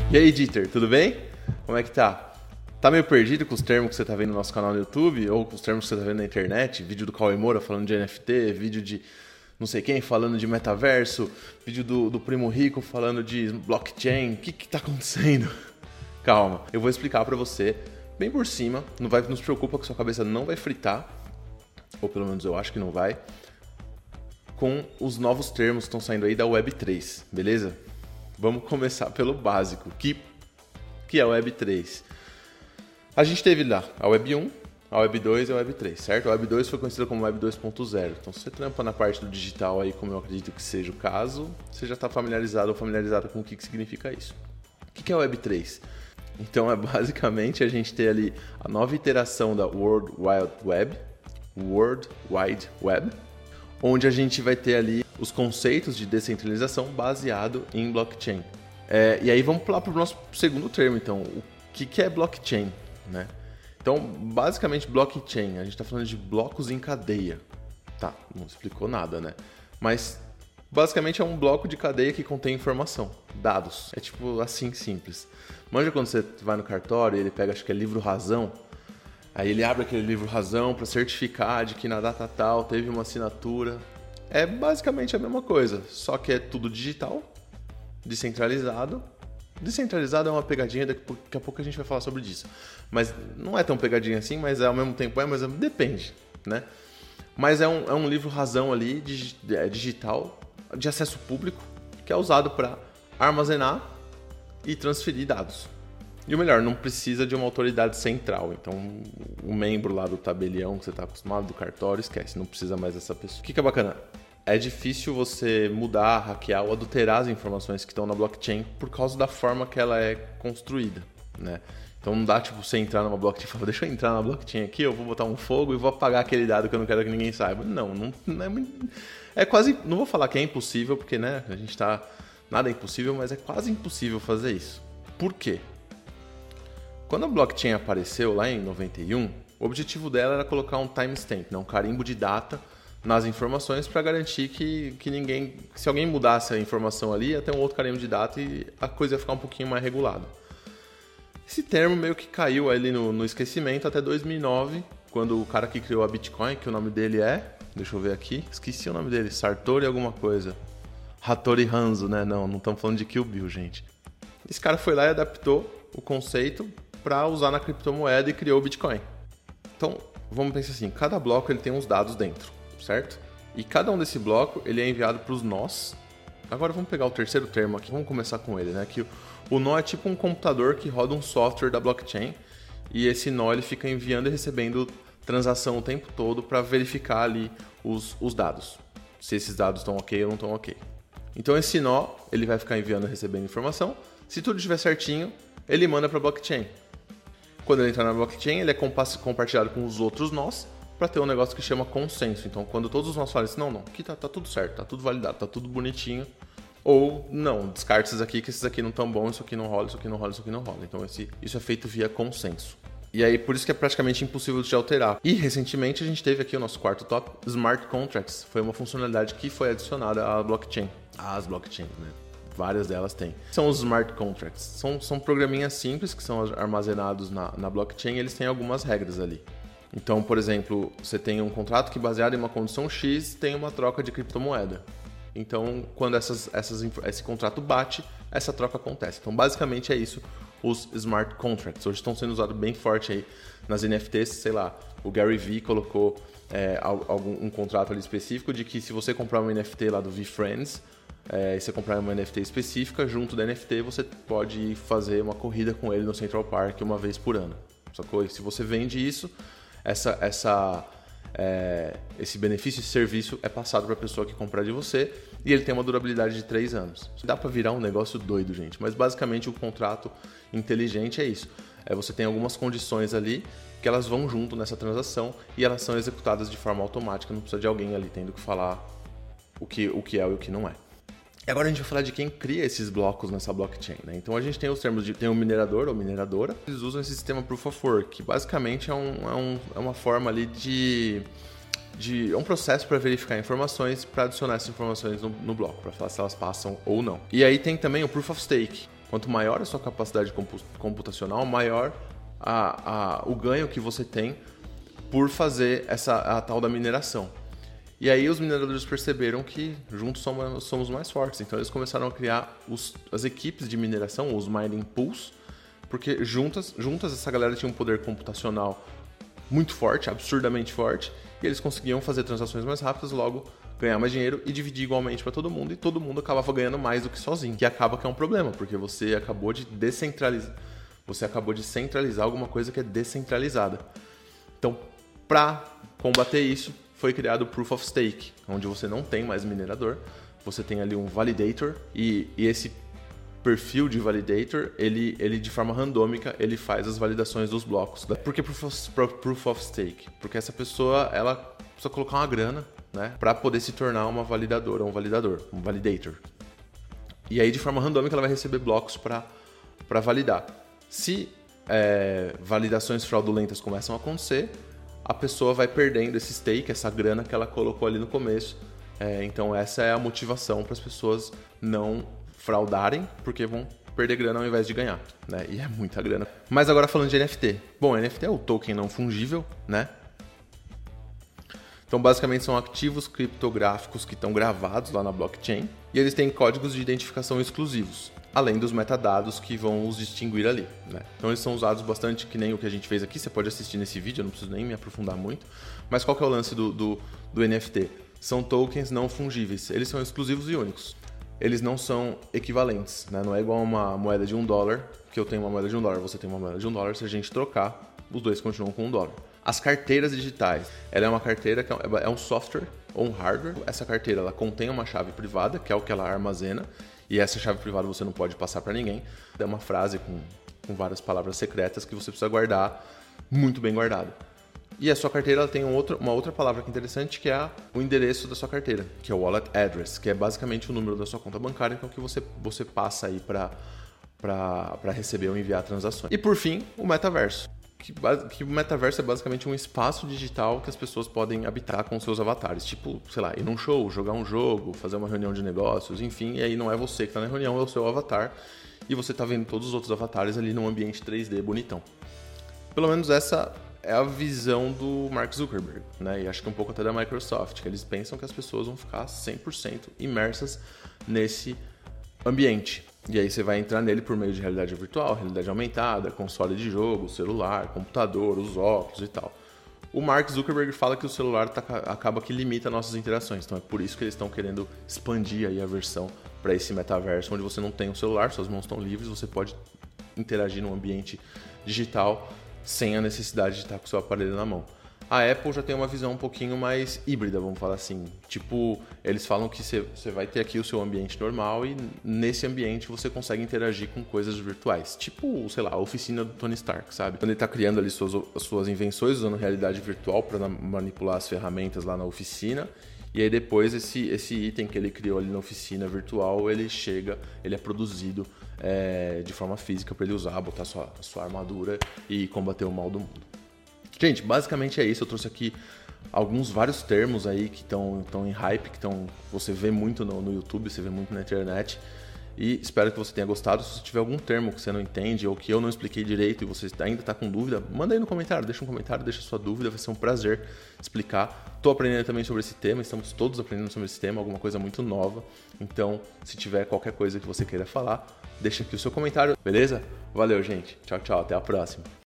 E aí, Dieter, tudo bem? Como é que tá? Tá meio perdido com os termos que você tá vendo no nosso canal no YouTube ou com os termos que você tá vendo na internet? Vídeo do Cauê Moura falando de NFT, vídeo de não sei quem falando de metaverso, vídeo do Primo Rico falando de blockchain. O que tá acontecendo? Calma, eu vou explicar pra você bem por cima. Não se preocupa que sua cabeça não vai fritar, ou pelo menos eu acho que não vai, com os novos termos que estão saindo aí da Web3, beleza? Vamos começar pelo básico, que é a Web3. A gente teve lá a Web 1, a Web 2 e a Web 3, certo? A Web 2 foi conhecida como Web 2.0. Então, se você trampa na parte do digital aí, como eu acredito que seja o caso, você já está familiarizado ou familiarizada com o que significa isso. O que é a Web 3? Então, é basicamente a gente ter ali a nova iteração da World Wide Web, onde a gente vai ter ali os conceitos de descentralização baseado em blockchain. E aí vamos lá para o nosso segundo termo, então. O que é blockchain, né? Então, basicamente, blockchain, a gente está falando de blocos em cadeia. Tá, não explicou nada, né? Mas, basicamente, é um bloco de cadeia que contém informação, dados. É tipo assim, simples. Manja quando você vai no cartório e ele pega, acho que é livro razão, aí ele abre aquele livro razão para certificar de que na data tal teve uma assinatura. É basicamente a mesma coisa, só que é tudo digital, descentralizado. Descentralizado é uma pegadinha, daqui a pouco a gente vai falar sobre isso. Mas não é tão pegadinha assim, mas ao mesmo tempo mas depende, né? Mas é um livro razão ali, digital, de acesso público, que é usado para armazenar e transferir dados. E o melhor, não precisa de uma autoridade central. Então, o membro lá do tabelião que você está acostumado, do cartório, esquece, não precisa mais dessa pessoa. O que é bacana? É difícil você mudar, hackear ou adulterar as informações que estão na blockchain por causa da forma que ela é construída, né? Então não dá tipo você entrar numa blockchain e falar, deixa eu entrar na blockchain aqui, eu vou botar um fogo e vou apagar aquele dado que eu não quero que ninguém saiba. Não é muito... É quase... Não vou falar que é impossível, porque né, a gente tá... Nada é impossível, mas é quase impossível fazer isso. Por quê? Quando a blockchain apareceu lá em 91, o objetivo dela era colocar um timestamp, né, um carimbo de data nas informações para garantir que ninguém... Se alguém mudasse a informação ali, ia ter um outro carimbo de data e a coisa ia ficar um pouquinho mais regulada. Esse termo meio que caiu ali no esquecimento até 2009, quando o cara que criou a Bitcoin, que o nome dele é... Deixa eu ver aqui, esqueci o nome dele, Sartori alguma coisa. Hattori Hanzo, né? Não estamos falando de Kill Bill, gente. Esse cara foi lá e adaptou o conceito para usar na criptomoeda e criou o Bitcoin. Então, vamos pensar assim, cada bloco ele tem uns dados dentro, certo? E cada um desse bloco ele é enviado para os nós. Agora vamos pegar o terceiro termo aqui, vamos começar com ele, né? Que o nó é tipo um computador que roda um software da blockchain e esse nó ele fica enviando e recebendo transação o tempo todo para verificar ali os dados, se esses dados estão ok ou não estão ok. Então esse nó ele vai ficar enviando e recebendo informação. Se tudo estiver certinho, ele manda para a blockchain. Quando ele entra na blockchain, ele é compartilhado com os outros nós para ter um negócio que chama consenso. Então, quando todos os nós falam assim, não, aqui tá tudo certo, tá tudo validado, tá tudo bonitinho, ou não, descarte esses aqui, que esses aqui não estão bons, isso aqui não rola, isso aqui não rola, isso aqui não rola. Então, isso é feito via consenso. E aí, por isso que é praticamente impossível de alterar. E, recentemente, a gente teve aqui o nosso quarto top, Smart Contracts. Foi uma funcionalidade que foi adicionada à blockchain. Às blockchains, né? Várias delas têm. São os Smart Contracts. São programinhas simples que são armazenados na blockchain e eles têm algumas regras ali. Então, por exemplo, você tem um contrato que baseado em uma condição X tem uma troca de criptomoeda. Então, quando esse contrato bate, essa troca acontece. Então, basicamente é isso, os Smart Contracts. Hoje estão sendo usados bem forte aí nas NFTs, sei lá, o Gary Vee colocou um contrato ali específico de que se você comprar um NFT lá do VeeFriends, e você comprar uma NFT específica, junto da NFT você pode fazer uma corrida com ele no Central Park uma vez por ano. Sacou? E se você vende isso, esse benefício, esse serviço é passado para a pessoa que comprar de você e ele tem uma durabilidade de 3 anos. Dá para virar um negócio doido, gente, mas basicamente o contrato inteligente é isso. Você tem algumas condições ali que elas vão junto nessa transação e elas são executadas de forma automática, não precisa de alguém ali tendo que falar o que é e o que não é. E agora a gente vai falar de quem cria esses blocos nessa blockchain, né? Então a gente tem os termos tem o minerador ou mineradora, eles usam esse sistema Proof of Work, que basicamente é uma forma ali é um processo para verificar informações, para adicionar essas informações no bloco, para falar se elas passam ou não. E aí tem também o Proof of Stake, Quanto maior a sua capacidade computacional, maior o ganho que você tem por fazer a tal da mineração. E aí os mineradores perceberam que juntos somos mais fortes. Então eles começaram a criar as equipes de mineração, os mining pools, porque juntas essa galera tinha um poder computacional muito forte, absurdamente forte, e eles conseguiam fazer transações mais rápidas, logo ganhar mais dinheiro e dividir igualmente para todo mundo, e todo mundo acabava ganhando mais do que sozinho, que acaba que é um problema, porque você acabou de centralizar alguma coisa que é descentralizada. Então, para combater isso, foi criado o Proof of Stake, onde você não tem mais minerador, você tem ali um validator, e esse perfil de validator, ele de forma randômica, ele faz as validações dos blocos. Por que Proof of Stake? Porque essa pessoa, ela precisa colocar uma grana, né, para poder se tornar uma validadora, um validator. E aí, de forma randômica, ela vai receber blocos para validar. Se validações fraudulentas começam a acontecer, a pessoa vai perdendo esse stake, essa grana que ela colocou ali no começo. Então essa é a motivação para as pessoas não fraudarem, porque vão perder grana ao invés de ganhar, né? E é muita grana. Mas agora falando de NFT. Bom, NFT é o token não fungível, né? Então basicamente são ativos criptográficos que estão gravados lá na blockchain e eles têm códigos de identificação exclusivos, além dos metadados que vão os distinguir ali, né? Então eles são usados bastante, que nem o que a gente fez aqui, você pode assistir nesse vídeo, eu não preciso nem me aprofundar muito. Mas qual que é o lance do NFT? São tokens não fungíveis, eles são exclusivos e únicos. Eles não são equivalentes, né? Não é igual uma moeda de $1, que eu tenho uma moeda de $1, você tem uma moeda de $1, se a gente trocar, os dois continuam com $1. As carteiras digitais, ela é uma carteira que é um software ou um hardware. Essa carteira ela contém uma chave privada, que é o que ela armazena, e essa chave privada você não pode passar para ninguém. É uma frase com várias palavras secretas que você precisa guardar, muito bem guardado. E a sua carteira ela tem uma outra palavra que é interessante, que é o endereço da sua carteira, que é o wallet address, que é basicamente o número da sua conta bancária, que é o que você passa aí para receber ou enviar transações. E por fim, o metaverso. Que o metaverso é basicamente um espaço digital que as pessoas podem habitar com seus avatares. Tipo, sei lá, ir num show, jogar um jogo, fazer uma reunião de negócios, enfim. E aí não é você que está na reunião, é o seu avatar. E você está vendo todos os outros avatares ali num ambiente 3D bonitão. Pelo menos essa é a visão do Mark Zuckerberg, né? E acho que um pouco até da Microsoft, que eles pensam que as pessoas vão ficar 100% imersas nesse ambiente. E aí você vai entrar nele por meio de realidade virtual, realidade aumentada, console de jogo, celular, computador, os óculos e tal. O Mark Zuckerberg fala que o celular acaba que limita nossas interações, então é por isso que eles estão querendo expandir aí a versão para esse metaverso, onde você não tem um celular, suas mãos estão livres, você pode interagir num ambiente digital sem a necessidade de estar com o seu aparelho na mão. A Apple já tem uma visão um pouquinho mais híbrida, vamos falar assim. Tipo, eles falam que você vai ter aqui o seu ambiente normal e nesse ambiente você consegue interagir com coisas virtuais. Tipo, sei lá, a oficina do Tony Stark, sabe? Quando ele está criando ali suas invenções usando realidade virtual para manipular as ferramentas lá na oficina. E aí depois esse item que ele criou ali na oficina virtual, ele é produzido de forma física para ele usar, botar a sua armadura e combater o mal do mundo. Gente, basicamente é isso. Eu trouxe aqui vários termos aí que estão em hype, você vê muito no YouTube, você vê muito na internet. E espero que você tenha gostado. Se você tiver algum termo que você não entende ou que eu não expliquei direito e você ainda está com dúvida, manda aí no comentário, deixa um comentário, deixa sua dúvida, vai ser um prazer explicar. Estou aprendendo também sobre esse tema, estamos todos aprendendo sobre esse tema, alguma coisa muito nova. Então, se tiver qualquer coisa que você queira falar, deixa aqui o seu comentário, beleza? Valeu, gente. Tchau, tchau. Até a próxima.